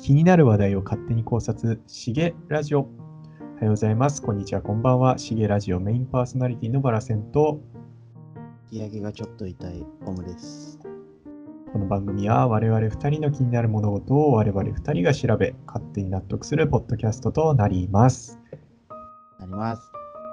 気になる話題を勝手に考察、しげラジオ。おはようございます。こんにちは、こんばんは。しげラジオメインパーソナリティのバラセンと、 日焼けがちょっと痛いオムです。 この番組は我々2人の気になる物事を我々2人が調べ、勝手に納得するポッドキャストとなります。 なります。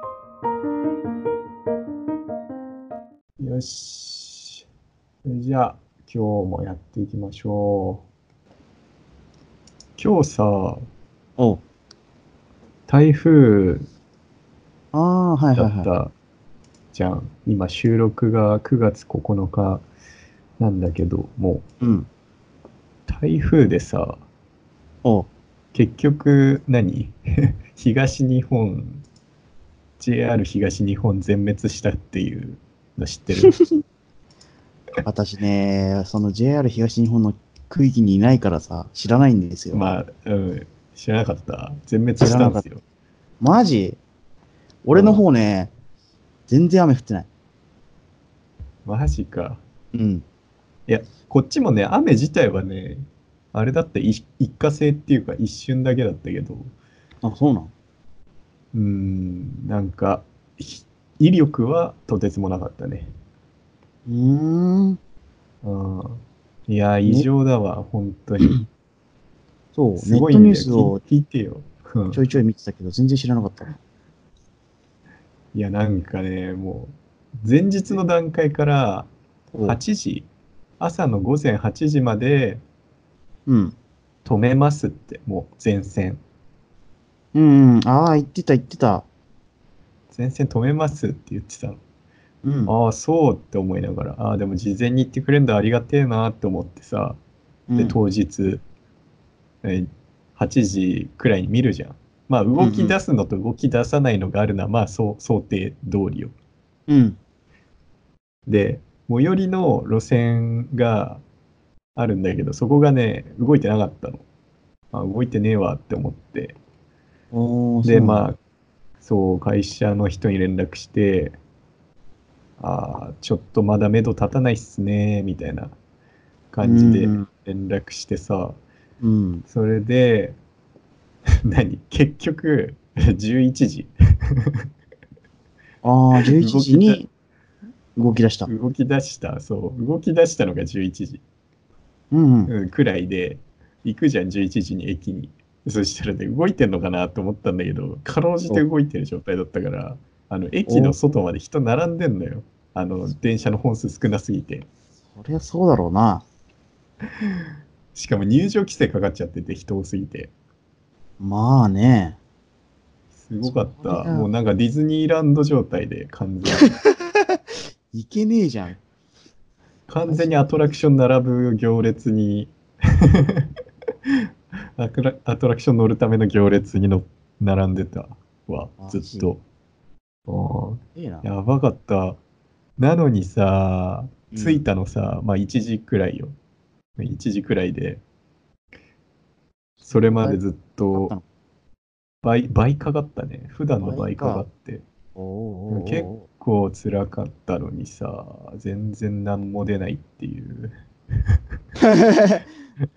よし。それじゃあ、今日もやっていきましょう。今日さ、 おう。 台風ああ、はいだはいはい。 ったじゃん。今収録が9月9日なんだけど、もううん。 台風でさ、 おう。 結局東日本、JR 東日本全滅したっていうの知ってる？ 私ね、その JR 東日本の区域にいないからさ、知らないんですよ。 まあ、知らなかった。全滅知らなかった。 したんですよ。 マジ俺のうん、 方ね、全然雨降ってない。 マジか。 うん。 いや、こっちもね、雨自体はね、あれだった一過性っていうか一瞬だけだったけど、 あ、そうなんなんか、威力はとてつもなかったね。 うーん。 うん。いや、異ね、 常だわ、本当に。 そう、 すネットニューごいんだよ。 スを聞いてよ。うん。 ちょいちょい見てたけど、全然知らなかったわ。 いや、なんかね、もう、前日の段階からおう。 8時、朝の午前8時までうん。 止めますって、もう全線。 うん、うん。ああ、言ってた言ってた。 全線止めますって言ってたの。 うん。 ああ、そうって思いながら、ああ、でも事前に言ってくれるんだ、ありがてえなって思ってさ、で、 うん。 当日、8時くらいに見るじゃん。まあ、 うん。 動き出すのと動き出さないのがあるのは、まあ、想定通りよ。 うん。 で、最寄りの路線があるんだけど、そこがね、動いてなかったの。あ、動いてねえわって思って。 おー、そで、 うなんだ。 まあ、そう、会社の人に連絡して、ああ、ちょっとまだ目処立たないっすね、みたいなう感じでん。 連絡してさ、 うん。 それで、結局、11時。 ああ、11 動きだ、 時に動き出した。 動き出した、そう、動き出したのが11時、 うんうん。 くらいで、行くじゃん、11時に駅に。そしたらね、動いてんのかなと思ったんだけど、かろうじてお、 動いてる状態だったから、駅のお、 外まで人並んでんのよ。電車の本数少なすぎて。 そりゃそうだろうな。 しかも入場規制かかっちゃってて、人多すぎて。 まあね。 すごそかった。もりゃ、 うなんかディズニーランド状態で、完全に。 いけねえじゃん。 完全にアマジで。 トラクション並ぶ行列にアトラクション乗るための行列に並んでたわ、 マジずっと。あええな。 やばかった。なのにさ、着いうん。 たのさ、まあ1時くらいよ。1時くらいで、それそれはだいぶまでずっとあったの。 倍かかったね。普段の倍かか倍か。 って。 おー結お構辛かったのにさ、全然何も出ないっていう。 ーおーおー。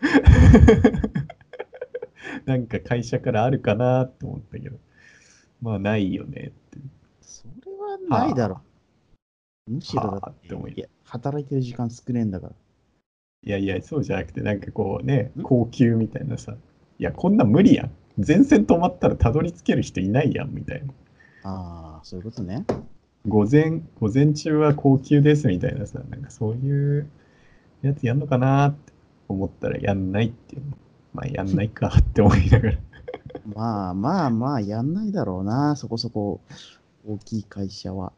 なんか会社からあるかなって思ったけど、まあないよねって。 それはないだろはう。むしろだっはあってて、 思い。 いや、働いてる時間少ねえんだから。 いやいや、そうじゃなくて、なんかこうね、 ん高級みたいなさ、いや、こんなん無理やん。全線止まったらたどり着ける人いないやん、みたいな。 ああ、そういうことね。 午前中は高級ですみたいなさ、なんかそういうやつやんのかなって思ったらやんないっていう。まあやんないかって思いながら。 まあまあまあ、やんないだろうな。そこそこ大きい会社は。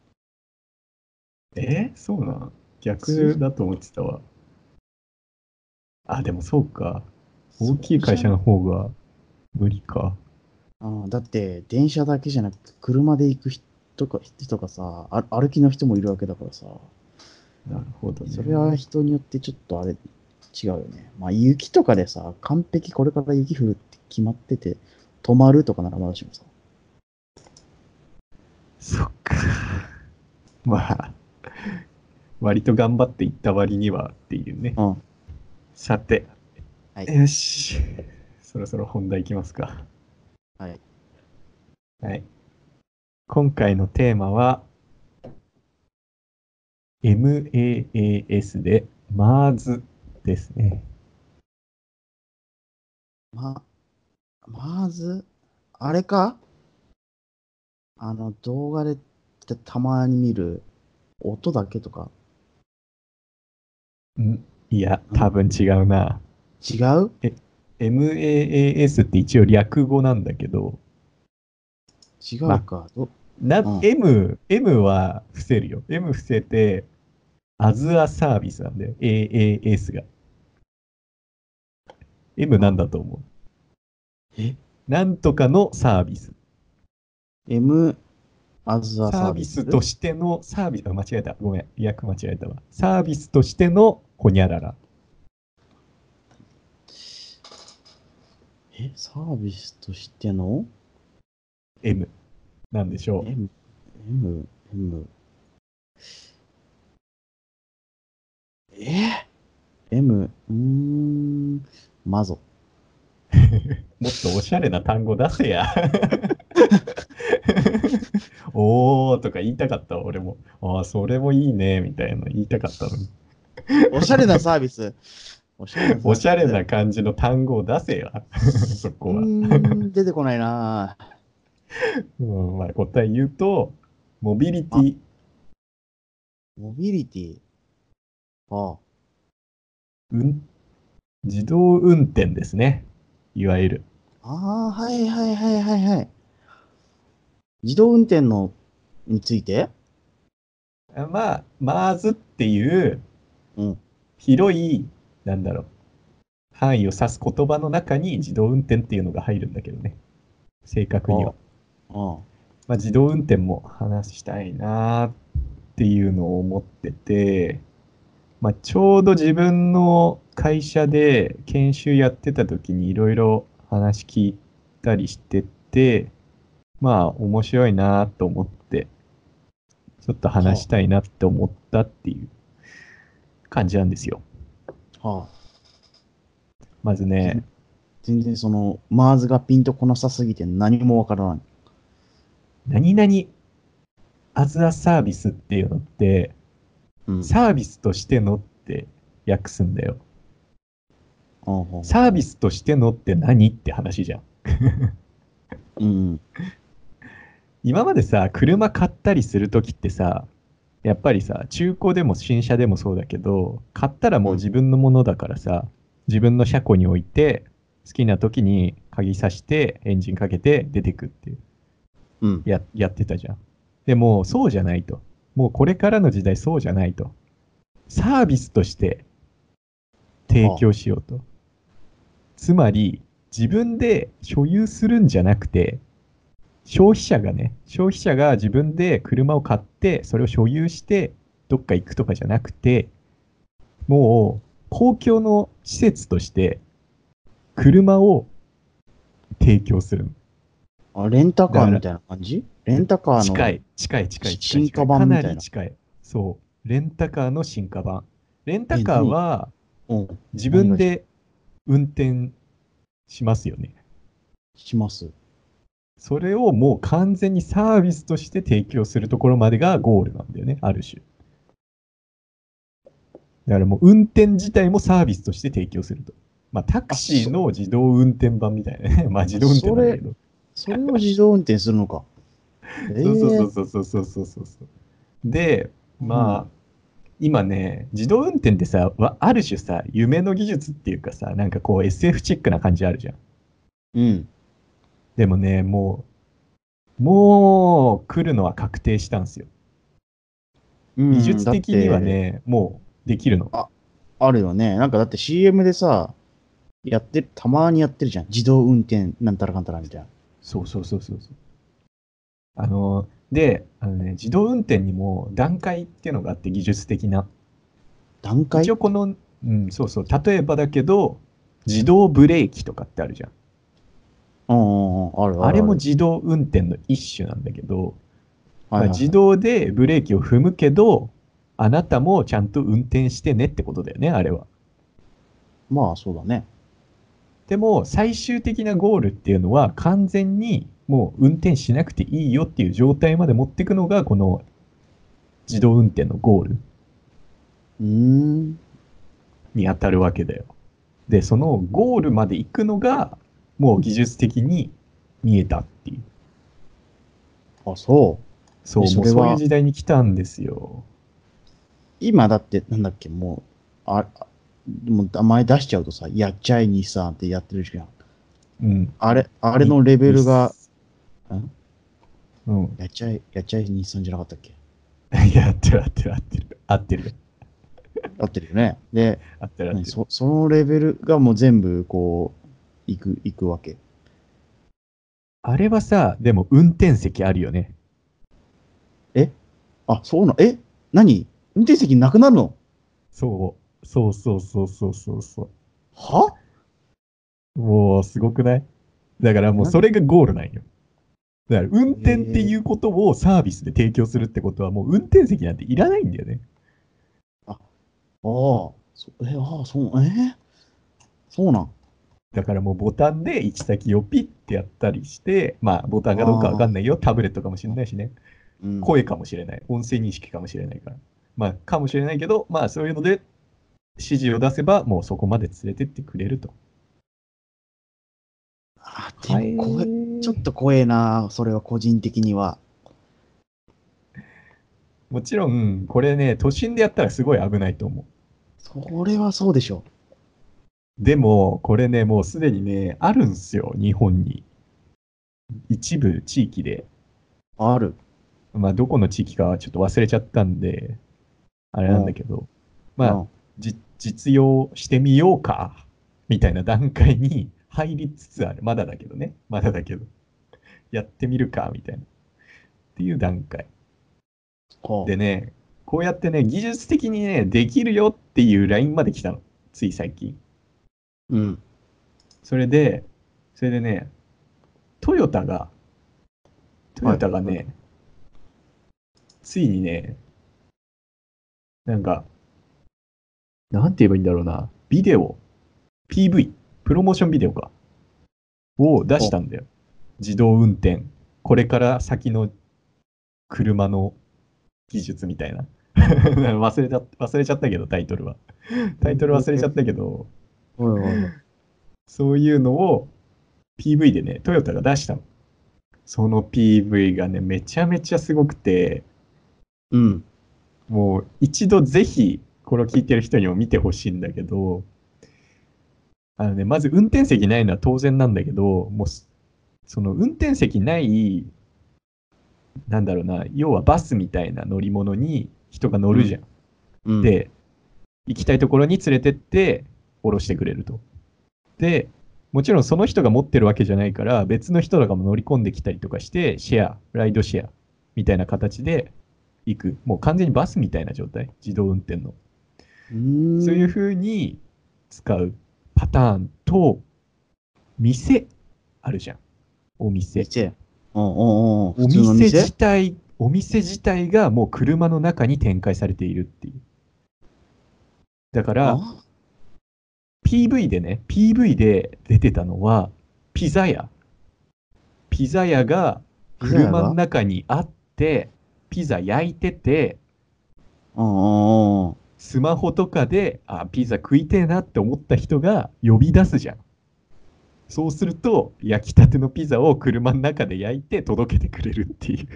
そうなん？ 通逆だと思ってたわ。あ、でもそうか。大きい会社のそうじゃない。 方が無理か。 だって、電車だけじゃなくて、車で行く人かさ、歩きの人もいるわけだからさ、 なるほどそれはね。 人によってちょっとあれ、違うよね。まあ、雪とかでさ、完璧これから雪降るって決まってて、止まるとかならまだしもさ。 そっか。まあ、割と頑張っていった割にはっていうね。 うん。 さて、 はい。 よし。 そろそろ本題いきますか。 はい。 はい。今回のテーマは、MAAS で MARS ですね。 まず、あれか動画でたまに見る音だけとか。 いや、多分違うな。 違う。 え、MAAS って一応略語なんだけど、 違まあ、 うか。うん。 M は伏せるよ。M 伏せて、as a サービスなんだよ。AAS が。M なんあ、 だと思えう。なんとかのサービス。 ?M as a サーサービス。 ビスとしてのサービス、間違えた。ごめん。訳間違えたわ。サービスとしてのホニャララ。 サービスとしての M なんでしょ M、M、M。え M、マゾ。 う。もっとおしゃれな単語出せや。おーとか言いたかったわ、俺も。ああ、それもいいね、みたいな言いたかったのに。 おしゃれなサービス。おしゃれなサおしゃれービス。 な感じの単語を出せや。そこは。 出てこないな。 まあ、答え言うと、モビリテあ、 ィ、 モビリティ。あ、 うん、自動運転ですね。いわゆる。 はいはいはいはいはい。自動運転について。 まあ、MARS っていううん。 広い、なんだろう、範囲を指す言葉の中に自動運転っていうのが入るんだけどね。正確には。 ああ、 まあ、自動運転も話したいなっていうのを思ってて、まあ、ちょうど自分の会社で研修やってた時にいろいろ話聞いたりしてて、まあ面白いなと思って、ちょっと話しはたいなって思ったっていう感じなんですよ。 あ、はあ。 まずね、 全全然マーズがピンとこなさすぎて何もわからない。 何々アズアサービスっていうのって、 うん。 サービスとしてのって訳すんだよ。 ああ、ほうほうほサービスとしてのって何って話じゃん。 う。うん。 今までさ、車買ったりするときってさ、やっぱりさ、中古でも新車でもそうだけど、買ったらもうん。 う自分のものだからさ、自分の車庫に置いて、好きな時に鍵さして、エンジンかけて出てくっていううん。 やってたじゃん。でも、そうじゃないと。もうこれからの時代そうじゃないと。サービスとして提は供しようと。つまり、自分で所有するんじゃなくて、消費者が自分で車を買って、それを所有して、どっか行くとかじゃなくて、もう公共の施設として車を提供する。 あ。レンタだから、 カーみたいな感じ。レンタカーの進化かな版みたいな。 り近い。そう。レンタカーの進化版。レンタカー何はうん。 自何が分で運転しますよね。 します。 それをもう完全にサービスとして提供するところまでがゴールなんだよね、ある種。だからもう運転自体もサービスとして提供すると。まあタクあ、 シーの自動運転版みたいなね。まあ自動運転それ、 なんだけど。 それを自動運転するのか。 そうそうええ。 そう。で、 うん。 まあ、今ね、自動運転ってさ、ある種さ、夢の技術っていうかさ、なんかこう SF チックな感じあるじゃん。 うん。 でもね、もう来るのは確定したんですよ。技うん。だっ術的にはて、 ね、もうできるの。 あ、あるよね。なんかだって CM でさ、たまにやってるじゃん。自動運転なんたらかんたらみたいな。 そう。自動運転にも段階っていうのがあって、技術的な。 段階。 一応この、そうそう、例えばだけど、自動ブレーキとかってあるじゃん。 あるああれるある。 も自動運転の一種なんだけど、まあ、自はいはいはい。 動でブレーキを踏むけど、あなたもちゃんと運転してねってことだよね、あれは。 まあそうだね。 でも最終的なゴールっていうのは完全にもう運転しなくていいよっていう状態まで持っていくのがこの自動運転のゴールうーん。 に当たるわけだよ。で、そのゴールまで行くのがもう技術的に見えたっていう。 あ、そう。 そう、もうそれは、 そういう時代に来たんですよ。 今だって、なんだっけ、もう、もう名前出しちゃうとさ、やっちゃい日産ってやってるじゃん。 うん。 あれに、 のレベに、 ルが、んうん。 やっちゃい日産じゃなかったっけ？ いや、合ってる合ってる合ってる。合ってるよ。 合ってるよね。で、 合ってる合ってる。 そのレベルがもう全部、こう、行くわけ。 あれはさ、でも運転席あるよね。 えあ、そうな、何運転席なくなるの？ そう。そうそうそうそうそうそはう。もうすごくない？だからもうなんそれがゴールなんよ。だから運転ってえー、 いうことをサービスで提供するってことはもう運転席なんていらないんだよね。 あ、ああ、そうなん。 だからもうボタンで行き先をピッてやったりして、まあボタンがどうかわかんあないよ。タブレットかもしれないしね。 うん。 声かもしれない。音声認識かもしれないから。まあかもしれないけど、まあそういうので指示を出せばもうそこまで連れてってくれると。 ではもちょっい。 と怖えな、それは個人的には。 もちろん、これね、都心でやったらすごい危ないと思う。 それはそうでしょ。 でも、これね、もうすでにね、あるんすよ、日本に。一部地域で。 ある。 まあ、どこの地域かはちょっと忘れちゃったんで、あれうん、 なんだけど、まあ、 うん。 実用してみようか、みたいな段階に入りつつある。まだだけどね。まだだけど。やってみるか、みたいな。っていう段階。 はでね、こうやってね、技術的にね、できるよっていうラインまで来たの。つい最近。 うん。 それで、それでね、トヨタが、トヨはい。 タがね、ついにね、なんか、なんて言えばいいんだろうな、ビデオ、PV、プロモーションビデオか、を出しはたんだよ。自動運転。これから先の車の技術みたいな。忘れちゃったけど、タイトルは。タイトル忘れちゃったけど、 はいはいはい。 そういうのを PV でね、トヨタが出したの。その PV がね、めちゃめちゃすごくて、 うん。 もう一度ぜひ、これを聞いてる人にも見てほしいんだけど、あのね、まず運転席ないのは当然なんだけど、もうその運転席ない、なんだろうな、要はバスみたいな乗り物に人が乗うん。 るじゃん。 うん。 で、行きたいところに連れてって降ろしてくれると。で、もちろんその人が持ってるわけじゃないから、別の人とかも乗り込んできたりとかして、シェア、ライドシェアみたいな形で行く。もう完全にバスみたいな状態、自動運転の。 うーそういうん。 風に使うパターンと、店あるじゃん。お店。 店。うんうんうん。普お通の店自店？ 体、お店自体がもう車の中に展開されているっていう。だから、 あ PV でね、PV で出てたのは、ピザ屋。ピザ屋がピザ屋車のが中にあって、ピザ焼いてて、 うんうんうん。 スマホとかで、あ、ピザ食いてえなって思った人が呼び出すじゃん。そうすると、焼きたてのピザを車の中で焼いて届けてくれるっていう。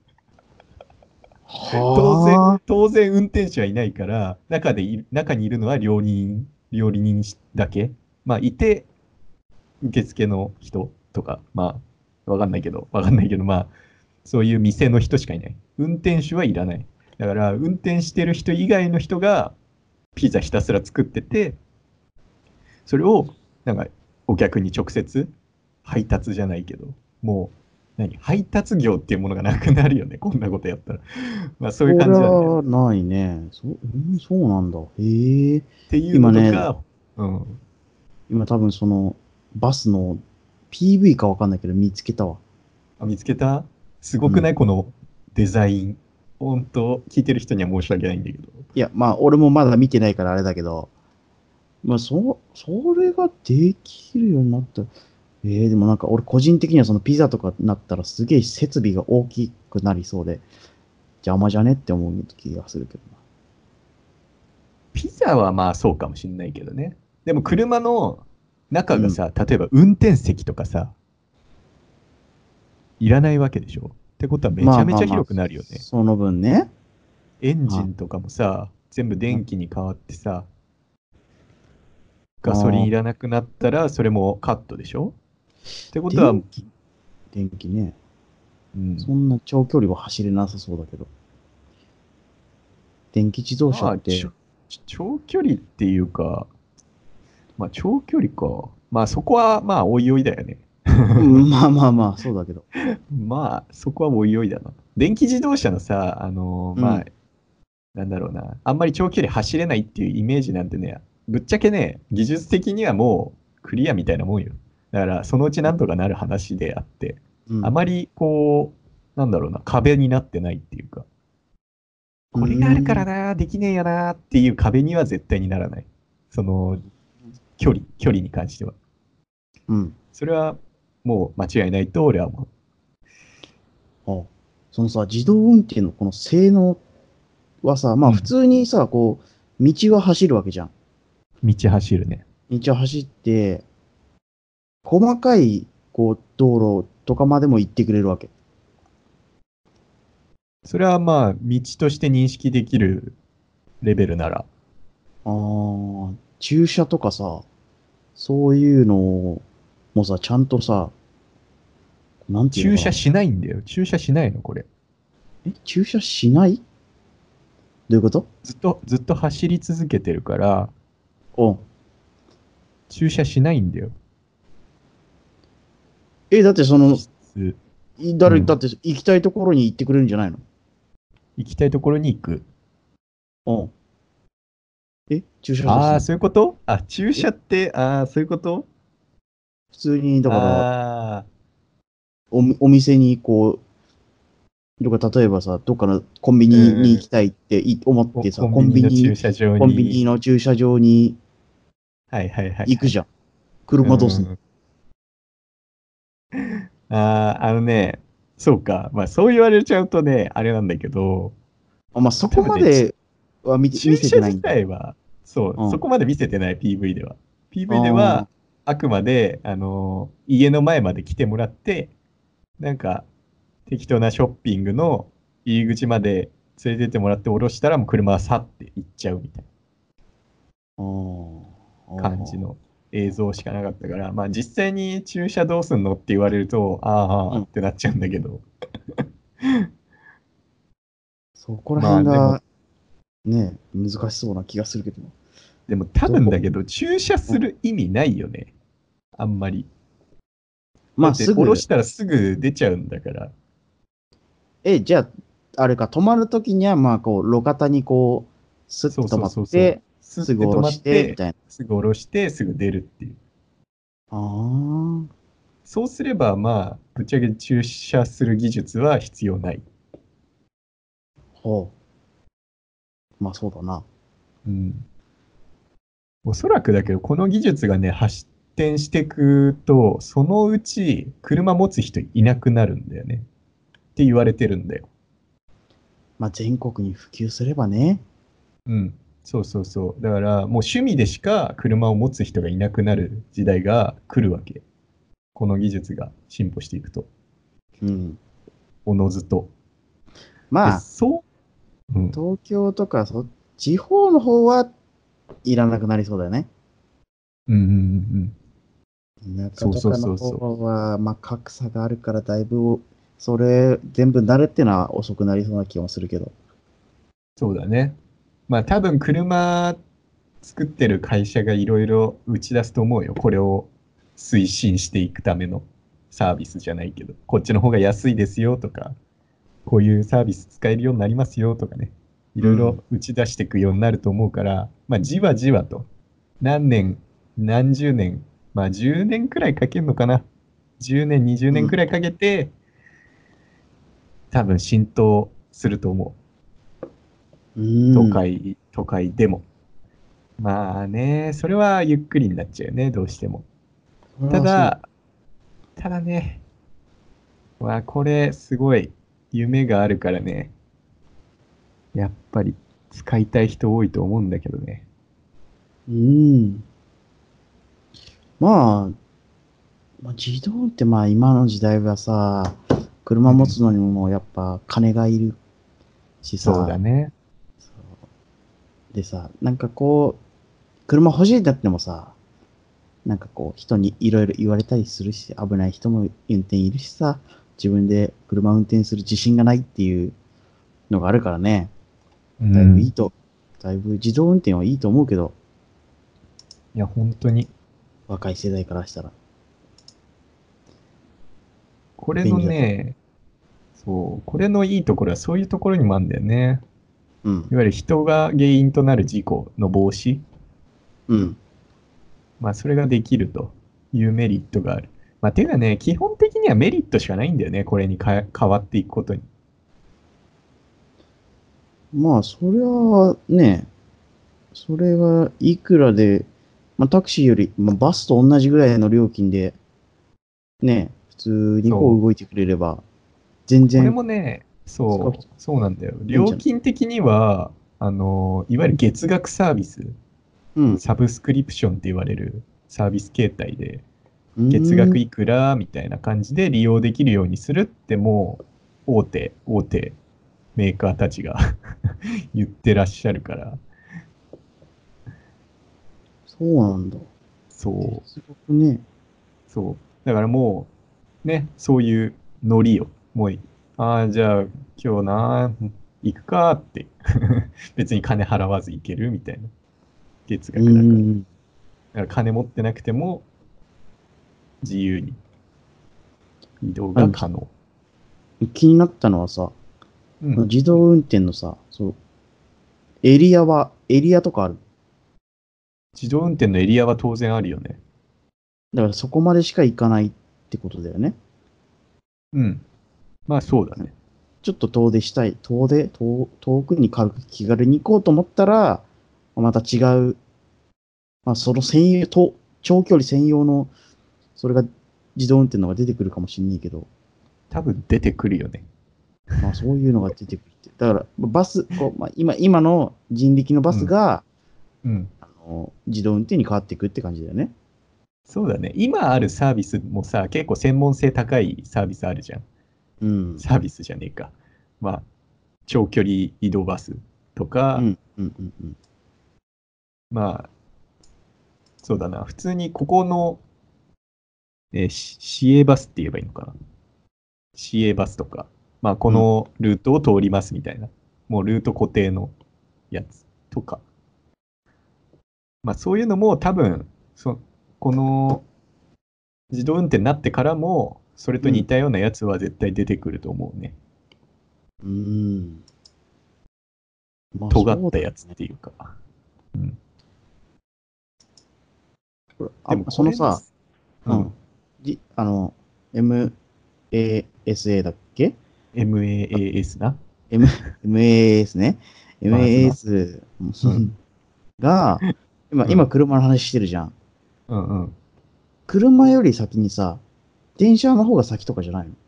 はあ。 当然運転手はいないから、中にいるのは料理人だけ。まあ、いて、受付の人とか、まあ、わかんないけど、まあ、そういう店の人しかいない。運転手はいらない。だから、運転してる人以外の人がピザひたすら作ってて、それを、なんか、お客に直接配達じゃないけど、もう、配達業っていうものがなくなるよね。こんなことやったら。まあ、そういうこれ感じなんだよね。 はないね。そうなんだ。へえ。 っていうの今ね、 とか、うん。 今多分そのバスの PV かわかんないけど見つけたわ。 あ、見つけた？すごくなうん。 いこのデザイン。本当聞いてる人には申し訳ないんだけど。 いや、まあ俺もまだ見てないからあれだけど、 まあ、それができるようになったら、でもなんか俺個人的にはそのピザとかになったらすげえ設備が大きくなりそうで邪魔じゃねって思う気がするけどな。 ピザはまあそうかもしんないけどね。でも車の中うん。 がさ、例えば運転席とかさ、いらないわけでしょ。ってことはめちゃめちゃまあまあまあ、 広くなるよね。 その分ね。 エンジあンとかもさ、全部電気に変わってさ、ガソリンあ、 いらなくなったらそれもカットでしょ。ってことは、 電気、電気ね。 うん、 そんな長距離は走れなさそうだけど。電気自動車まあ、 って、 長距離っていうか、まあ長距離か。まあそこはまあおいおいだよね。 うん、まあまあまあ、そうだけど。 まあそこはおいおいだな。電気自動車のさ、まあうん。 なんだろうな、あんまり長距離走れないっていうイメージなんてね、ぶっちゃけね、技術的にはもうクリアみたいなもんよ。だから、そのうちなんとかなる話であって、 うん。 あまりこう、なんだろうな、壁になってないっていうか、 うーこれがあるからん。 な、できねえよなっていう壁には絶対にならない。その、距離に関しては。 うん。 それはもう間違いないと俺は思あ、そのさ、自動運転のこの性能はさ、まう。 あ普うん。 通にさ、こう、道は走るわけじゃん。 道走るね。 道は走って、細かい、こう、道路とかまでも行ってくれるわけ。 それはまあ、道として認識できるレベルなら、 ああ、駐車とかさ、そういうのもさ、ちゃんとさ、なんていうのかな。 駐車しないんだよ。駐車しないの、これ。 駐車しない？どういうこと？ ずっと走り続けてるから、 うん。 駐車しないんだよ。 だってその、 実質。 だうん。 って行きたいところに行ってくれるんじゃないの？ 行きたいところに行く。 うん。駐車場ああ、 すんの？ そういうこと。あ、駐え車って、ああ、そういうこと。 普通に、だから、 ああお店にこう、例えばさ、どっかのコンビー、うんニにうん。 行きたいって思ってさ、 コンビニの駐車場コンビニに、 の駐車場にはいはいはいはい。 行くじゃん。 う車どうすんの？ ん。ああ、あのね、そうか。まあそう言われちゃうとね、あれなんだけど、 まあ、そこ多分ね、 までは見駐車自せてないんだ。 体は、そう、 うん。 そこまで見せてない PV では。PV では、 ああ、 あくまで、家の前まで来てもらって、なんか、適当なショッピングの入り口まで連れてってもらって降ろしたら、もう車は去って行っちゃうみたいなああ、 感じのあ映像しかなかったから、まあ実際に駐車どうすんのって言われると、ああ、 あ。うん。 ああってなっちゃうんだけど、 そこらまあでも、 辺がね、難しそうな気がするけど。 でも多どこ？ 分だけど、駐車うん。 する意味ないよね。あんまり。だまあ、 って降ろすぐ、 したらすぐ出ちゃうんだから。 じゃあ、あれか、止まるときには、まあ、こう、路肩にこう、スッそうそうて止まっそうそう。 て、 スッすぐて止まっ下ろして、みて、 たいな。 すぐ下ろして、すぐ出るっていう。 ああ、 そうすれば、まあ、ぶっちゃけ駐車する技術は必要ない。 ほう。まあ、そうだな。 うん。おそらくだけど、この技術がね、発展していくと、そのうち車持つ人いなくなるんだよね。って言われてるんだよ。 まあ、全国に普及すればね。 うん。そうそうそう。だから、もう趣味でしか車を持つ人がいなくなる時代が来るわけ。この技術が進歩していくと。 うん。 おのずと。で、 まあ、 うん。 東京とか、地方の方はいらなくなりそうだよね。 うんうんうんうん。 田舎そうそうとかのそうそう。 方は、まあ、格差があるから、だいぶ、それ、全部慣れってのは遅くなりそうな気もするけど。 そうだね。まあ多分車作ってる会社がいろいろ打ち出すと思うよ。これを推進していくためのサービスじゃないけど、こっちの方が安いですよとか、こういうサービス使えるようになりますよとかね。いろいうん。 ろ打ち出していくようになると思うから、まあじわじわと、何年、何十年、まあ10年くらいかけるのかな。10年、20 うん。 年くらいかけて、多分浸透すると思う。 うん。 都会でも。 まあね、それはゆっくりになっちゃうよね、どうしても。 それはそう。 ただ、ただね、これすごい夢があるからね、やっぱり使いたい人多いと思うんだけどね。 うん。まあ、自動運転、まあ今の時代はさ、車持つうん、 のにもやっぱ金がいるしそうださ、 ね。 でさ、なんかこう、車欲しいんだってもさ、なんかこう、人にいろいろ言われたりするし、危ない人も運転いるしさ、自分で車運転する自信がないっていうのがあるからね、だいぶいいうん。 と、だいぶ自動運転はいいと思うけど、 いや、本当に。 若い世代からしたらこれの便利だと。 ね、そう、これのいいところはそういうところにもあるんだよね。 うん。 いわゆる人が原因となる事故の防止。 うん。 まあ、それができるというメリットがある。まあ、ていうかね、基本的にはメリットしかないんだよね、これに変わっていくことに。 まあ、それはね、それがいくらで、まあ、タクシーより、まあ、バスと同じぐらいの料金で、ね、普通にこそう。 う動いてくれれば、全これ然もね、 使う人そうなんだよ。料いいんじゃない？ 金的には、いわゆる月額サービス、 うん。 サブスクリプションって言われるサービス形態で、 うーん。 月額いくらみたいな感じで利用できるようにするってもう、大手メーカーたちが言ってらっしゃるから、 そうなんだ。 そう、 月額ね。 そう。だからもう、ね、そういうノリよ。もう、ああ、じゃあ今日行くかって別に金払わず行けるみたいな。月うー額だから。だん。 から金持ってなくても自由に移動あの、 が可能。 気になったのはさ、 うん。 自動運転のさ、そう、エリアとかある？ 自動運転のエリアは当然あるよね。 だからそこまでしか行かないってことだよね。 うん。まあそうだね。 ちょっと遠出したい。遠くに気軽に行こうと思ったら、また違う、まあその長距離専用の、それが自動運転のが出てくるかもしんないけど、 多分出てくるよね。 まあそういうのが出てくるって。だから、今の人力のバうん。 スが、 うん。 自動運転に変わっていくって感じだよね。 そうだね。今あるサービスもさ、結構専門性高いサービスあるじゃん。 うん。 サービスじゃねえか。まあ、長距離移動バスとか、 うん、うん、うん、うん。 まあ、そうだな。普通にここの、市営バスって言えばいいのかな。市営バスとか、まあ、こうん、 のルートを通りますみたいな。もうルート固定のやつとか。まあ、そういうのも多分、この自動運転になってからも、それと似うん。 たようなやつは絶対出てくると思うね。 うーん。まあそ尖ったやつっうだよね。 ていうか。うん。でもそこれの、 のさ、うん。 うん。 MASA だっけ？ MAAS な。 M、MAS ね。 バースな。 MAS うん。 が、今うん。 車の話してるじゃん。 うんうん。 車より先にさ、電車の方が先とかじゃないの？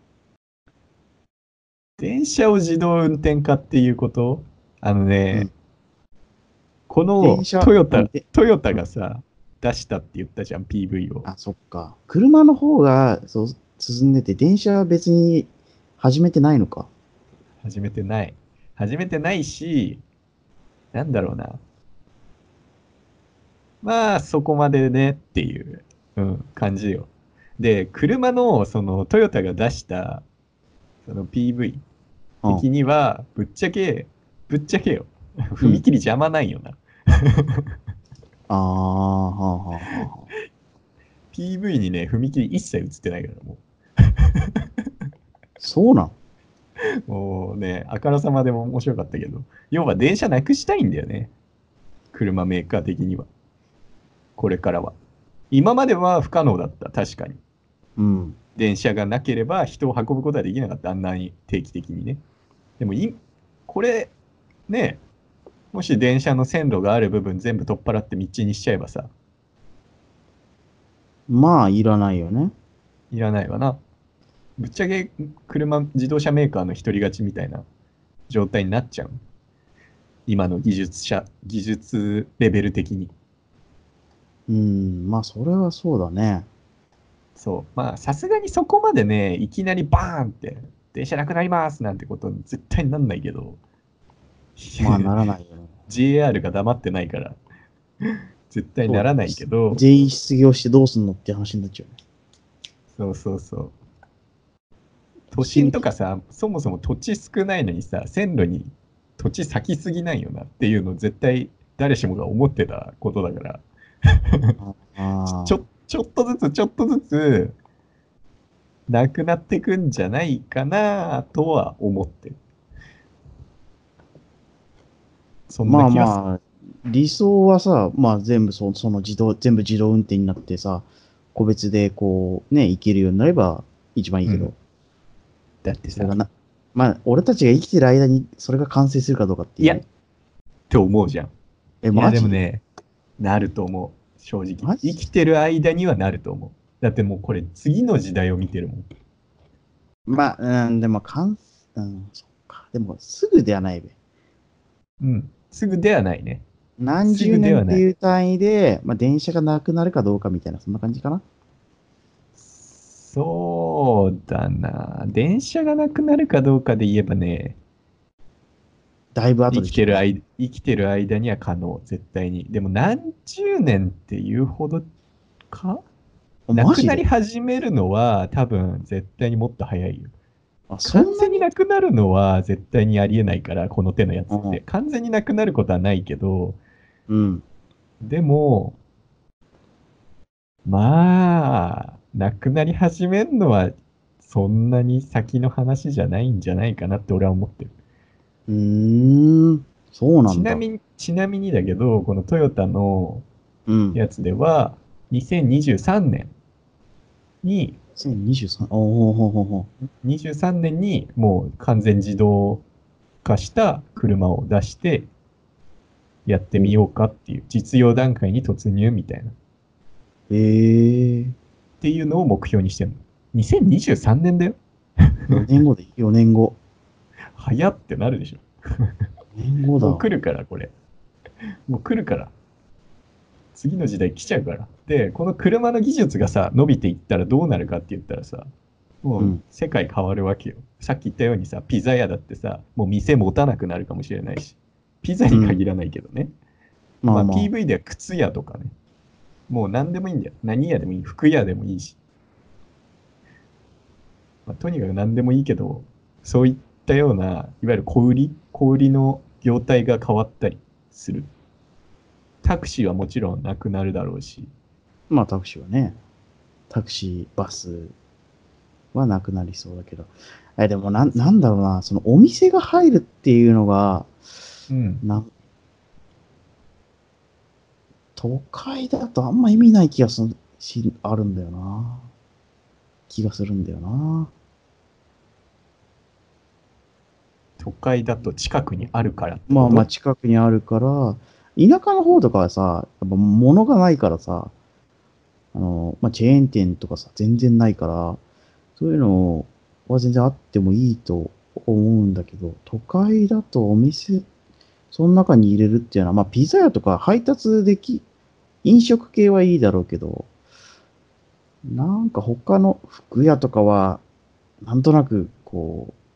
電車を自動運転化っていうこと？あのね、 うん。 この電車、うん、 トヨタうん。 がさ、出したって言ったじゃん、PV を。 あ、そっか。車の方が、そう、進んでて、電車は別に始めてないのか。 始めてない。始めてないし、なんだろうな。まあ、そこまでねっていう、うん、感じよ。で、車の、その、トヨタが出した、その PV うん。 的には、ぶっちゃけよ。 うん。 踏切邪魔ないよな。 ああ、はあ、はあ、はあ。 PV にね、踏切一切映ってないから、 そうなん？ もうね、あからさまでも面白かったけど、要は電車なくしたいんだよね。車メーカー的には。これからは。今までは不可能だった、確かに。 うん。 電車がなければ人を運ぶことはできなかった、あんなに定期的にね。でもこれ、ね、 もし電車の線路がある部分全部取っ払って道にしちゃえばさ、 まあ、いらないよね。 いらないわな。ぶっちゃけ自動車メーカーの一人勝ちみたいな状態になっちゃう。今の技術レベル的に。 まあ、それはそうだね。 そう。まあ、さすがにそこまでね、いきなりバーンって、電車なくなりますなんてことに絶対になんないけど、 まあ、ならないよね。 JR が黙ってないから、絶対そうだね。 ならないけど、 全員失業してどうすんのって話になっちゃうね。 そうそうそう。都心一撃。 とかさ、そもそも土地少ないのにさ、線路に土地咲きすぎないよなっていうのを絶対誰しもが思ってたことだから、 ああちょっとずつちょっとずつなくなってくんじゃないかなとは思ってる。そんなまあ気はする。 まあ、理想はさ、まあ全部全部自動運転になってさ、個別でこうね、行けるようになれば一番いいけど、 うん。だってさ、 それがまあ俺たちが生きてる間にそれが完成するかどうかっていや、っいう。 て思うじゃん。 え、 いや、 マジでもね、なると思う。正直。 マジ生きてる間にはなると思う。だってもうこれ次の時代を見てるもん。 まあ、でもそっか。でもすぐではないべ。 うん。すぐではないね。す何十ぐではない。 年っていう単位で、まあ電車がなくなるかどうかみたいな、そんな感じかな。 そうだな。電車がなくなるかどうかで言えばね、 だいぶ後でしょ。 生きてる間には可能、絶対に。でも何十年っていうほどかなくなりマジで始めるのは多分絶対にもっと早いよ。 あ、そ完んなに全になくなるのは絶対にありえないから、この手のやつって。 うん。 完全になくなることはないけど、 うん。 でも、まあ、なくなり始めるのはそんなに先の話じゃないんじゃないかなって俺は思ってる。 うーん。そうなんだ。 ちなみにだけど、このトヨタのうん。 やつでは、2023年に、 2023、おおほほほ。 23年にもう完全自動化した車を出してやってみようかっていう実用段階に突入みたいな。っええていうのを目標にしてるの。2023年だよ。 4年後で、4年後。 早ってなるでしょ。 4年後だ。 もう来るから、これ。もう来るから。次の時代来ちゃうから。で、この車の技術がさ、伸びていったらどうなるかって言ったらさ、もううん。 世界変わるわけよ。さっき言ったようにさ、ピザ屋だってさ、もう店持たなくなるかもしれないし、ピザうん。 に限らないけどね。まあまあまあ。 PV では靴屋とかね、もう何でもいいんだよ。何屋でもいい、服屋でもいいし、まあ、とにかく何でもいいけど、そういったような、いわゆる小売りの業態が変わったりする。タクシーはもちろんなくなるだろうし、 まあタクシーはね。タクシー、バスはなくなりそうだけど。でもなんだろうな。そのお店が入るっていうのが、 うん。 な、都会だとあんま意味ない気があるんだよな。気がするんだよな。 都会だと近くにあるからってまあまあこと近くにあるから、田舎の方とかはさ、やっぱ物がないからさ、まあチェーン店とかさ、全然ないから、そういうのは全然あってもいいと思うんだけど、都会だとお店、その中に入れるっていうのは、まあピザ屋とか配達飲食系はいいだろうけど、なんか他の服屋とかは、なんとなくこう、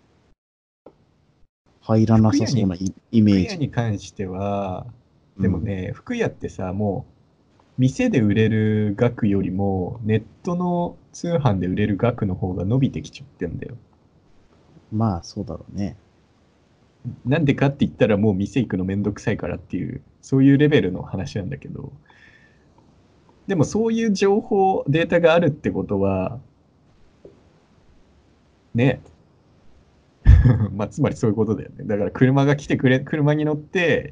入らな服屋に、 さそうなイメ服屋ージ。 に関しては、 うん。 でもね、服屋ってさ、もう、店で売れる額よりも、ネットの通販で売れる額の方が伸びてきちゃってんだよ。 まあそうだろうね。 なんでかって言ったらもう店行くのめんどくさいからっていう、そういうレベルの話なんだけど、でもそういう情報、データがあるってことは、ね、まあつまりそういうことだよね。だから車に乗って、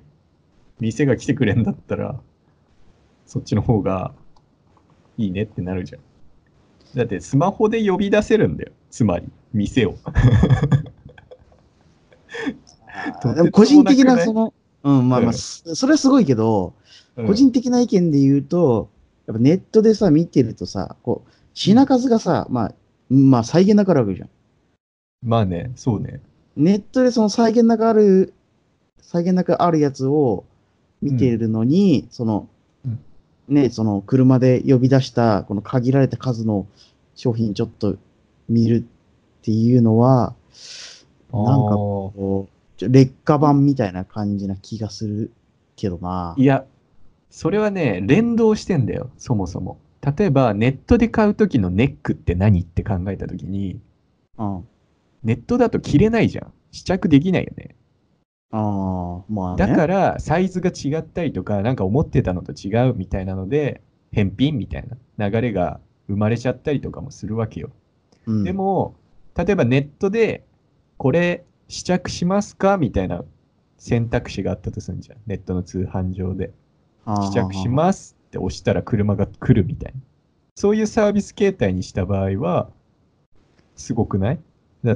店が来てくれんだったら、そっちの方がいいねってなるじゃん。だってスマホで呼び出せるんだよ。つまり、店を。とでもてつも個人的なくない？ なうん、まあまあ、 うん。 それはすごいけど、個うん。 人的な意見で言うと、やっぱネットでさ、見てるとさ、こう、品うん。 数がさ、まあ、際限なくあるわけじゃん。 まあね、そうね。 ネットでその際限なくあるやつを見うん。 ているのに、その、 うん。 ね、その車で呼び出したこの限られた数の商品ちょっと見るっていうのは、 あなんかあ。 こう、劣化版みたいな感じな気がするけどな。 いや、それはね、連動してんだよ、そもそも。例えば、ネットで買うときのネックって何って考えたときに、 うん。 ネットだと着れないじゃん。試着できないよね。 ああ、まあだね。 から、サイズが違ったりとか、なんか思ってたのと違うみたいなので、返品みたいな流れが生まれちゃったりとかもするわけよ。 うん。 でも、例えばネットで、これ試着しますかみたいな選択肢があったとするんじゃん。ネットの通販上で。 はあ、はあ、 試着しはあはあ。 ますって押したら車が来るみたいな。そういうサービス形態にした場合は、すごくない？だって、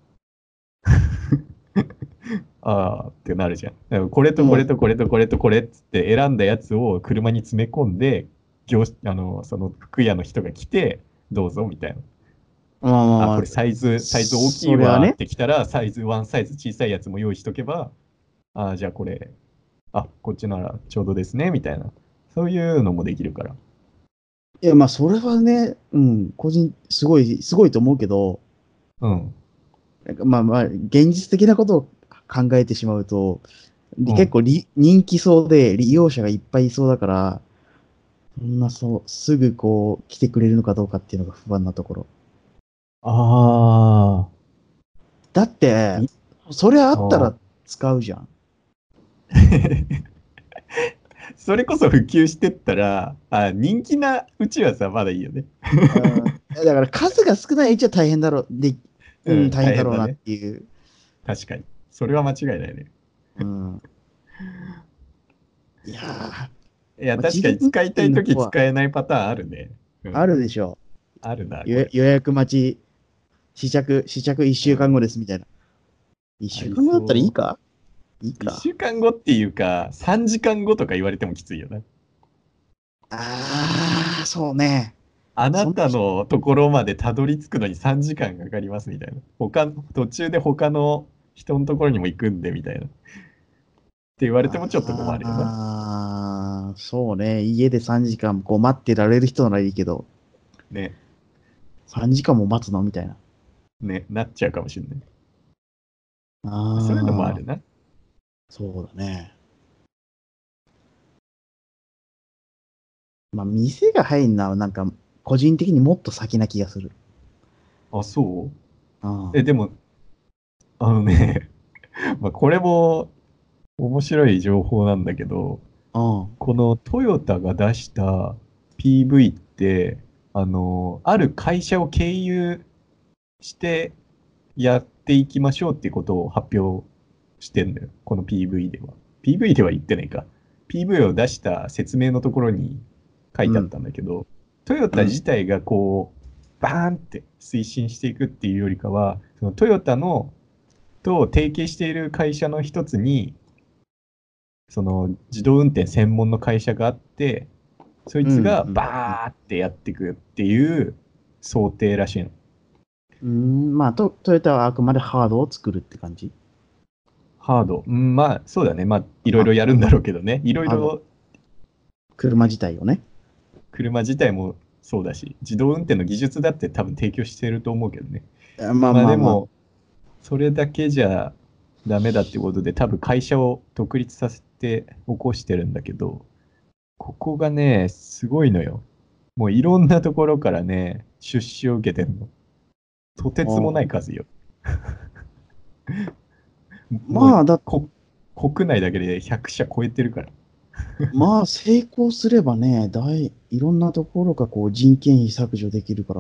あーってなるじゃん。だからこれとこもう、 れとこれとこれとこれっつって選んだやつを車に詰め込んで、その服屋の人が来て、どうぞみたいな。あ、 まあまあまあ、 これサイズ大きいそれはね。 わってきたら、ワンサイズ小さいやつも用意しとけば、あ、じゃあこれ、あ、こっちならちょうどですね、みたいな。そういうのもできるから。 いや、まあ、それはね、うん、すごいと思うけど、 うん。 なんかまあまあ、現実的なことを考えてしまうと、 うん。 結構人気そうで、利用者がいっぱいいそうだから、そんなそう、すぐこう、来てくれるのかどうかっていうのが不安なところ。 あだって、 あ、 それああーったら使うじゃん。 それこそ普及してったら、人気なうちはさ、まだいいよね。 うん。だから数が少ないうちは大変だろう。うん、 うん、 大変だろうなっ大変だね。 ていう。 確かに。それは間違いないね。 うん。いやー、 いや、確かに自動運使いたいとき転の方は使えないパターンあるね。うあるん。 でしょあるな、 う。 これ。 予約待ち、試着1週間うん。 後ですみたいな。1 あり週間後だったらいいそかいいう。一か。 週間後っていうか、3時間後とか言われてもきついよな。 ああ、そうね。 あなそんな、 たのところまでたどり着くのに3時間かかりますみたいな。途中で他の人のところにも行くんでみたいな。って言われてもちょっと困るよな。 ああ、そうね。家で3時間こう待ってられる人ならいいけど、 ね。 3時間も待つのみたいな。 ね。なっちゃうかもしれない。そういうのもあああ、 るな。 そうだね。まあ、店が入るのはなんか、個人的にもっと先な気がする。 あ、そうあでも、あのね、まあ、これも面白い情報なんだけど、 あ、ああ、 このトヨタが出した PV って、ある会社を経由してやっていきましょうっていうことを発表してんだよ。この PV では。PV では言ってないか。PV を出した説明のところに書いてあっうん、 たんだけど、トヨタうん、 自体がこう、バーンって推進していくっていうよりかは、そのトヨタのと提携している会社の一つに、その自動運転専門の会社があって、そいうん、 つがうん。 バーってやっていくっていう想定らしいの。 うん、まあ、トヨタはあくまでハードを作るって感じ。 ハード。うん、まあ、そうだね。まあ、いろいあ、 ろやるんだろうけどね。いろいあの、 ろ車自体をね。 車自体もそうだし、自動運転の技術だって多分提供してると思うけどね。 まあまあまあまあ。 でも、それだけじゃダメだってことで、多分会社を独立させて起こしてるんだけど、ここがね、すごいのよ。もういろんなところからね、出資を受けてんの。とてつもないあ数よ。もうまあ、 国内だけで100社超えてるから。 まあ、成功すればね、いろんなところがこう人件費削除できるから、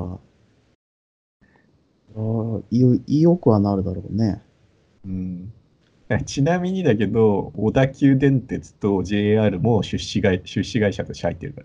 意欲はなるだろうね。 うん。ちなみにだけど、小田急電鉄と JR も出資会社として入ってるから。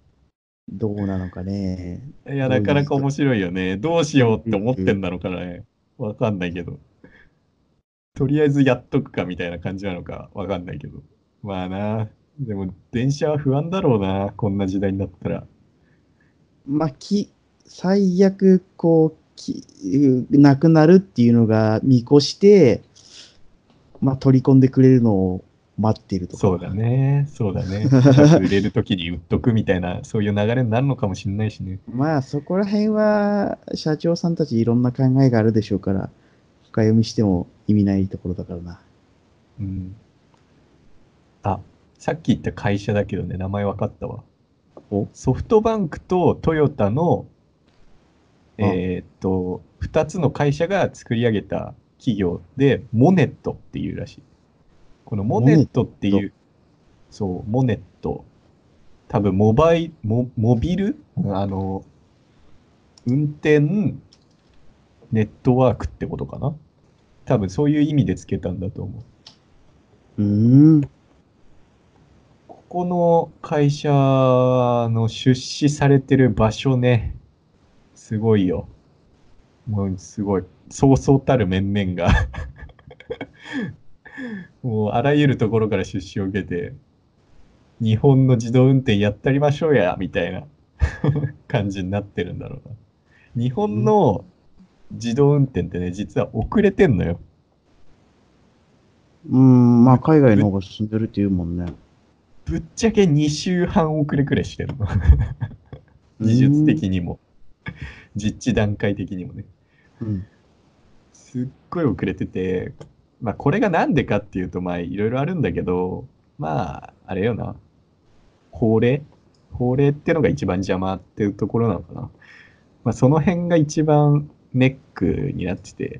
どうなのかね。 いや、 どなういう意図、 かなか面白いよね。どうしどうようって思っいう、 てんだろうからね。 わかんないけど。とりあえずやっとくかみたいな感じなのかわかんないけど。まあな。でも電車は不安だろうな。こんな時代になったら。 まあ、最悪、なくなるっていうのが見越して、まあ、取り込んでくれるのを待っているとそうだか。 ね。そうだね。高く売れるときに売っとくみたいな、そういう流れになるのかもしれないしね。 まあ、そこら辺は、社長さんたちいろんな考えがあるでしょうから、深読みしても意味ないところだからな。 うん。あ、さっき言った会社だけどね、名前分かったわ。 おソフトバンクとトヨタの、 あ、 2つの会社が作り上げた企業で、モネットっていうらしい。このモモネッネットっていト。 う、そう、モネット。多分、モバイ、モ、モビル運転ネットワークってことかな。多分、そういう意味でつけたんだと思う。 うーん。 ここの会社の出資されてる場所ね、すごいよ。もうすごい。そうそうたる面々がもうあらゆるところから出資を受けて、日本の自動運転やったりましょうや、みたいな感じになってるんだろうな。日本の自動運転ってね、実は遅れてんのよ。 まあ、 ぶ、 海外のぶ、 方が進んでるっていうもんね。 ぶっちゃけ2週半遅れくらいしてるの。 うー技術ん。 的にも、実地段階的にもね。 うん。 すっごい遅れてて、まあこれがなんでかっていうと、まあいろいろあるんだけど、まあ、あれよな。法令法令ってのが一番邪魔っていうところなのかな。まあその辺が一番ネックになってて、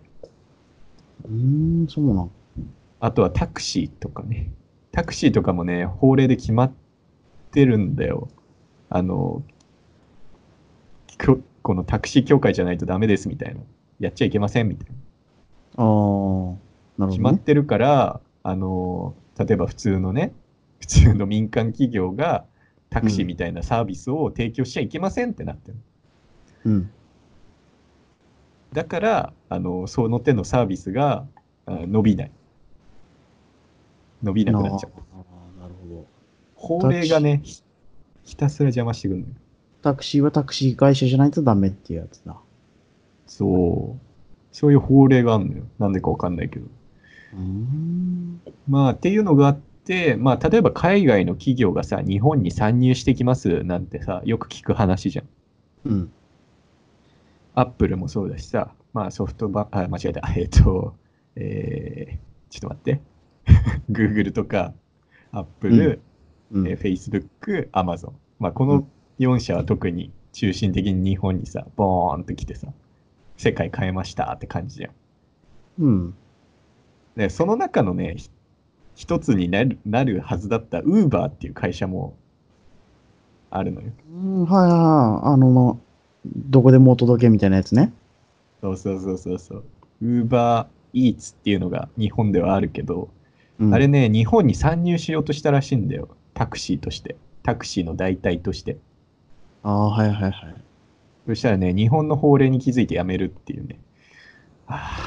そうなん。 あとはタクシーとかね。タクシーとかもね、法令で決まってるんだよ。あの、このタクシー協会じゃないとダメですみたいな。やっちゃいけませんみたいな。 ああ、なるほ決どね。 まってるから、例えば普通のね、普通の民間企業がタクシーうん。 みたいなサービスを提供しちゃいけませんってなってる。 うん。 だから、その手のサービスが伸びない。伸びななあ、 くなっちゃう。 なるほど。 法タクシー、 令がね、ひたすら邪魔してくるのよ。 タクシーはタクシー会社じゃないとダメっていうやつだ。 そう。そういう法令があるのよ。なんでかわかんないけど。 うーん。 まあ、っていうのがあって、まあ、例えば海外の企業がさ、日本に参入してきますなんてさ、よく聞く話じゃん。 うん。 アップルもそうだしさ、まあソフトバンク、間違えた。ちょっと待って。Google とか、 うん。 Apple、 うん。 Facebook、Amazon。まあこうん。 の4社は特に中心的に日本にさ、ボーンと来てさ、世界変えましたって感じじゃん。 うん。 で、その中のね、一つになるはずだった Uber っていう会社もあるのよ。 はいはいはい。まあ、どこでもお届けみたいなやつね。 そうそうそうそうそう。Uber Eats っていうのが日本ではあるけど、 うん。 あれね、日本に参入しようとしたらしいんだよ。タクシーとして。タクシーの代替として。 ああ、はいはいはい。 そしたらね、日本の法令に気づいてやめるっていうね。あ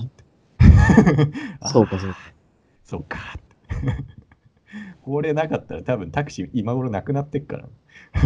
あ、 そうかそうか。 そうか。法令なかったら多分タクシー今頃なくなってっから。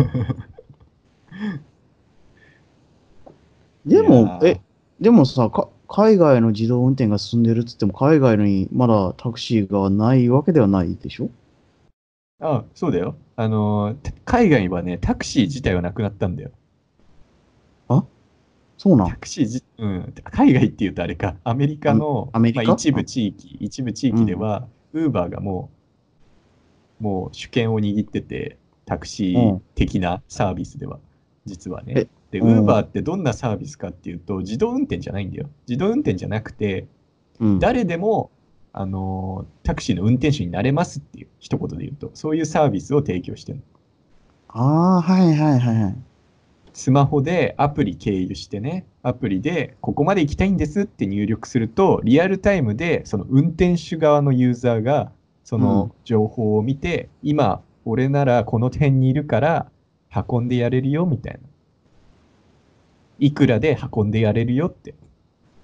いでも、 やでもさ、海外の自動運転が進んでるっつっても、海外にまだタクシーがないわけではないでしょ？ そうだよ。海外はね、タクシー自体はなくなったんだよ。 あ、そうなん。 タクシー海外っていうとあれか、アメリカの、まあ、 アメリカ。 一部地うん。 域では、ウーバーがもう主権を握ってて、タクシーうん。 的なサービスでは、実はね。 え、 で、 うウーバーん。 ってどんなサービスかっていうと、自動運転じゃないんだよ。自動運転じゃなくて、 うん。 誰でも、タクシーの運転手になれますっていう、一言で言うと、そういうサービスを提供してるの。 ああ、はいはいはいはい。 スマホでアプリ経由してね、アプリでここまで行きたいんですって入力すると、リアルタイムでその運転手側のユーザーがそうん。 の情報を見て、今、俺ならこの辺にいるから運んでやれるよみたいな。いくらで運んでやれるよって。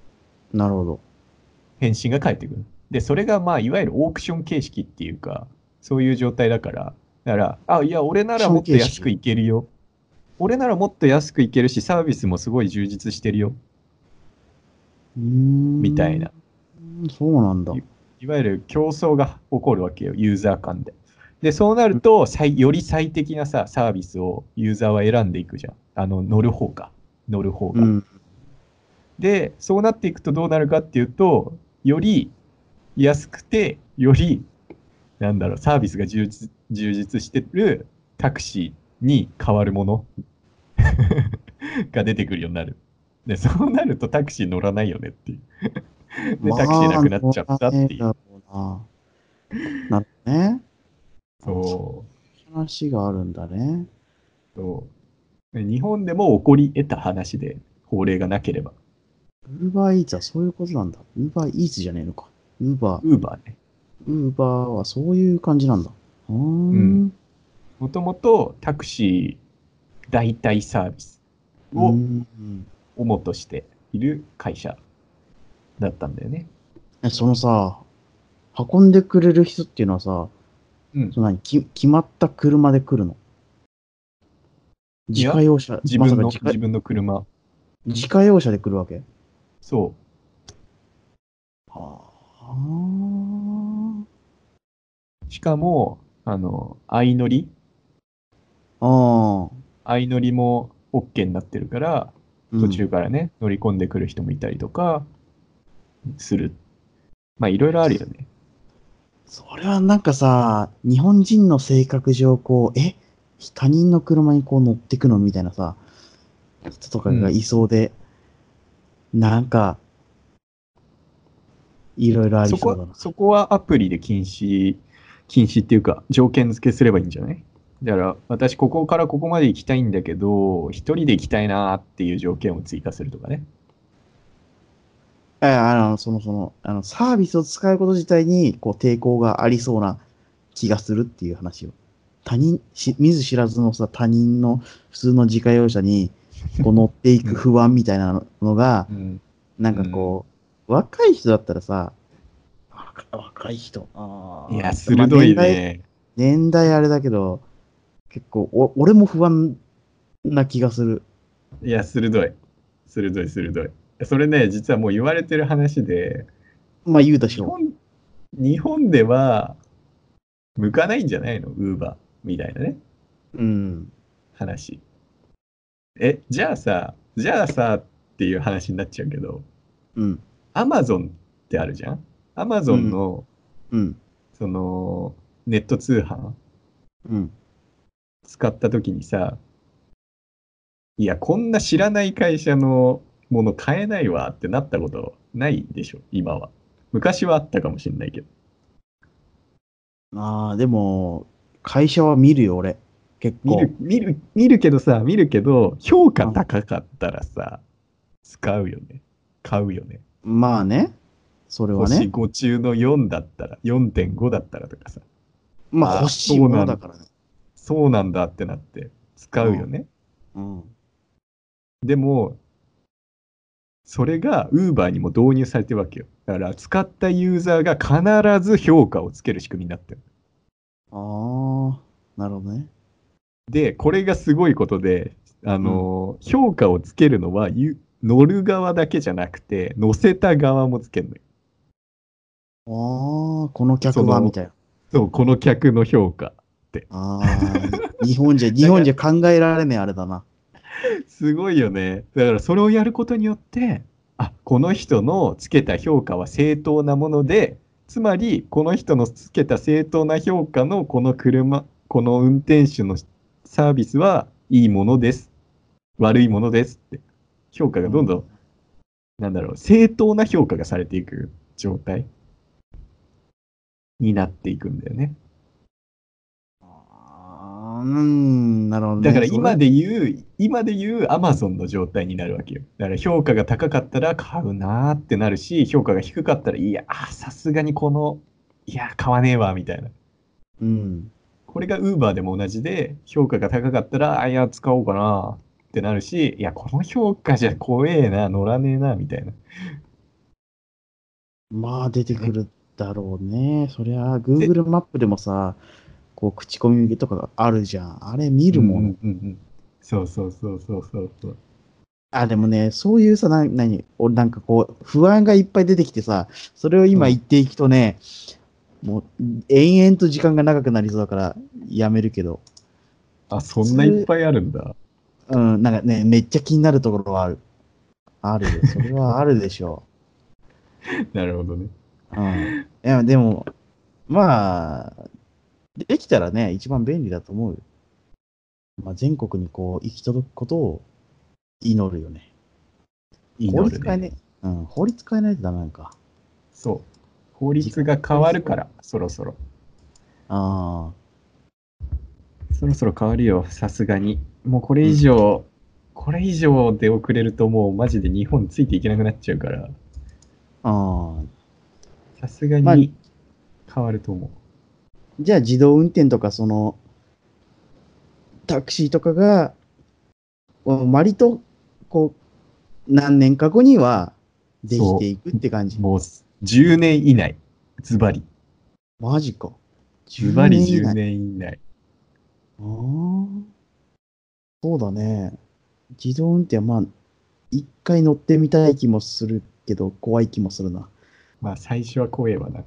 なるほど。 返信が返ってくる。で、それがまあ、いわゆるオークション形式っていうか、そういう状態だから、だから、あ、いや、俺ならショもン形式。 っと安くいけるよ。俺ならもっと安くいけるし、サービスもすごい充実してるよ。 うーん。 みたいな。 そうなんだ。 いわゆる競争が起こるわけよ、ユーザー間で。で、そうなると、より最適なさ、サービスをユーザーは選んでいくじゃん。乗る方か。乗る方が。 うん。 で、そうなっていくとどうなるかっていうと、より安くて、より、なんだろう、サービスが充実してるタクシーに変わるものが出てくるようになる。で、そうなるとタクシー乗らないよねっていう。で、タクシーまあ、 なくなっちゃっ乗らたっていう。 ねえだろうな。なるほどね。あ、そそういう話があるんだね。 う。そう日本でも起こり得た話で、法令がなければ。 ウーバーイーツはそういうことなんだ。ウーバーイーツじゃねえのか。 ウーバーね。 ウーバーはそういう感じなんだ。うーうん。 ん。 もともとタクシー代替サービスうーをん。 主としている会社だったんだよね。 そのさ、運んでくれる人っていうのはさ、 うん。 その決まった車で来るの？自いや、 家用車、まさか自分の車。 自家用車で来るわけ？ そはあ。 う。しかも、相乗りああ。 相乗りも OK になってるから、途うん。 中からね、乗り込んでくる人もいたりとかする。まあ、いろいろあるよね。 それはなんかさ、日本人の性格上、こう、他人の車にこう乗ってくのみたいなさ、人とかがいうん。 そうで、なんか、いろいろありそうだな。 そこはアプリで禁止っていうか、条件付けすればいいんじゃない？だから、私ここからここまで行きたいんだけど、一人で行きたいなっていう条件を追加するとかね。 サービスを使うこと自体に、こう、抵抗がありそうな気がするっていう話を。見ず知らずのさ、他人の普通の自家用車に、こう乗っていくうん。 不安みたいなのが、 うん。 なんうん。 かこ若い人だったらさ、若い人、 いや、 まあ鋭いね。 年代あれだけど、結構俺も不安な気がする。 いや、鋭い。鋭い、鋭い。それね、実はもう言われてる話で、 まあ言うでしょ日本、日本では向かないんじゃないのウーバーみたいなね、 う。うん。 話。じゃあさっていう話になっちゃうけど、 うん。 アマゾンってあるじゃん。アマゾンうん。 の、 うん。 その、ネット通販うん。 使った時にさ、いや、こんな知らない会社のもの買えないわってなったことないでしょ、今は。昔はあったかもしれないけど。 ああ、でも、会社は見るよ、俺。結構。 見るけど、評価あ、 高かったらさ、使うよね。買うよね。 まあね。それは星ね。 5中の4だったら、4.5だったらとかさ、 まあ欲しいものだからね。 そうなんだってなって使うよね。 うん。うん。 でも、それが Uber にも導入されてるわけよ。だから、使ったユーザーが必ず評価をつける仕組みになってる。 ああ、なるほどね。 で、これがすごいことで、 うん。 評価をつけるのは乗る側だけじゃなくて、乗せた側もつけるのよ。 ああ、このその、 客はみたいな。 そう、この客の評価って。 ああ、日だから、 本じゃ考えられねえあれだな。 すごいよね。だから、それをやることによって、あ、この人のつけた評価は正当なもので、つまり、この人のつけた正当な評価のこの運転手のサービスはいいものです。悪いものですって。評価がうん。 どんどん、なんだろう、正当な評価がされていく状態になっていくんだよね。 なるほどね。 だから今で言う Amazon の状態になるわけよ。だから評価が高かったら買うなーってなるし、評価が低かったら、いや、さすがにいや、買わねえわ、みたいな。 うん。 これが Uber でも同じで、評価が高かったら、いや、使おうかなってなるし、いや、この評価じゃ怖えな、乗らねえな、みたいな。 まあ出てくね。 るだろうね。そりゃ、Google マップでもさ、こう、口コミとかがあるじゃん。あれ見うんうんるもの。 うんうん。そうそうそうそうそうそう。 あ、でもね、そういうさ、俺なんかこう、不安がいっぱい出てきてさ、それをうん。 今言っていくとね、もう、延々と時間が長くなりそうだから、やめるけど、 あ、 普そんないっ通、 ぱいあるんだ。 うん、なんかね、めっちゃ気になるところはある。あるよ。それはあるでしょなるほどね。 う。うん。いや、でも、まあ、できたらね、一番便利だと思うよ。まあ、全国にこう、行き届くことを祈るよね。法祈るね。 律変えね、うん、法律変えないとダメなんか。 そう。法時間律が変かかりそう。 わるから、そろそろ。 ああ、 そろそろ変わるよ、さすがに。もうこれうん。 以上、これ以上で遅れるともうマジで日本ついていけなくなっちゃうから、 ああ。 さすがまあ、 に変わると思じゃあ自動運転とか、タクシーとかが、割と、こ何年か後にはう。 できてそいくって感じ。 う。もう10年以内。ズバリ。 マジか。10 ズバリ10 年以内。 年以内。 ああ、そうだね。自動運転はまあ、一回乗ってみたい気もするけど、怖い気もするな。 まあ最初は怖えわな。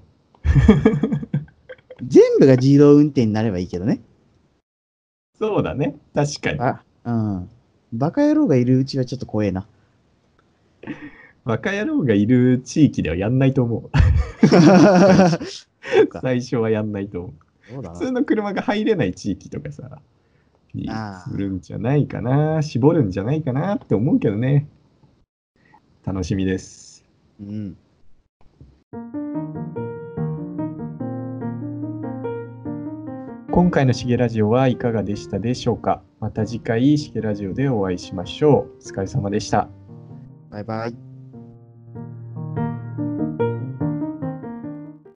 全部が自動運転になればいいけどね。 そうだね。確かに。 うん。バカ野郎がいるうちはちょっと怖えな。 バカ野郎がいる地域ではやんないと思う。最初。 そうか。 最初はやんないと思う。 そうだな。 普通の車が入れない地域とかさ、にすああ。 るんじゃないかな。絞るんじゃないかなって思うけどね。楽しみです。 うん。 今回のしげラジオはいかがでしたでしょうか。また次回しげラジオでお会いしましょう。お疲れ様でした。 バイバイ。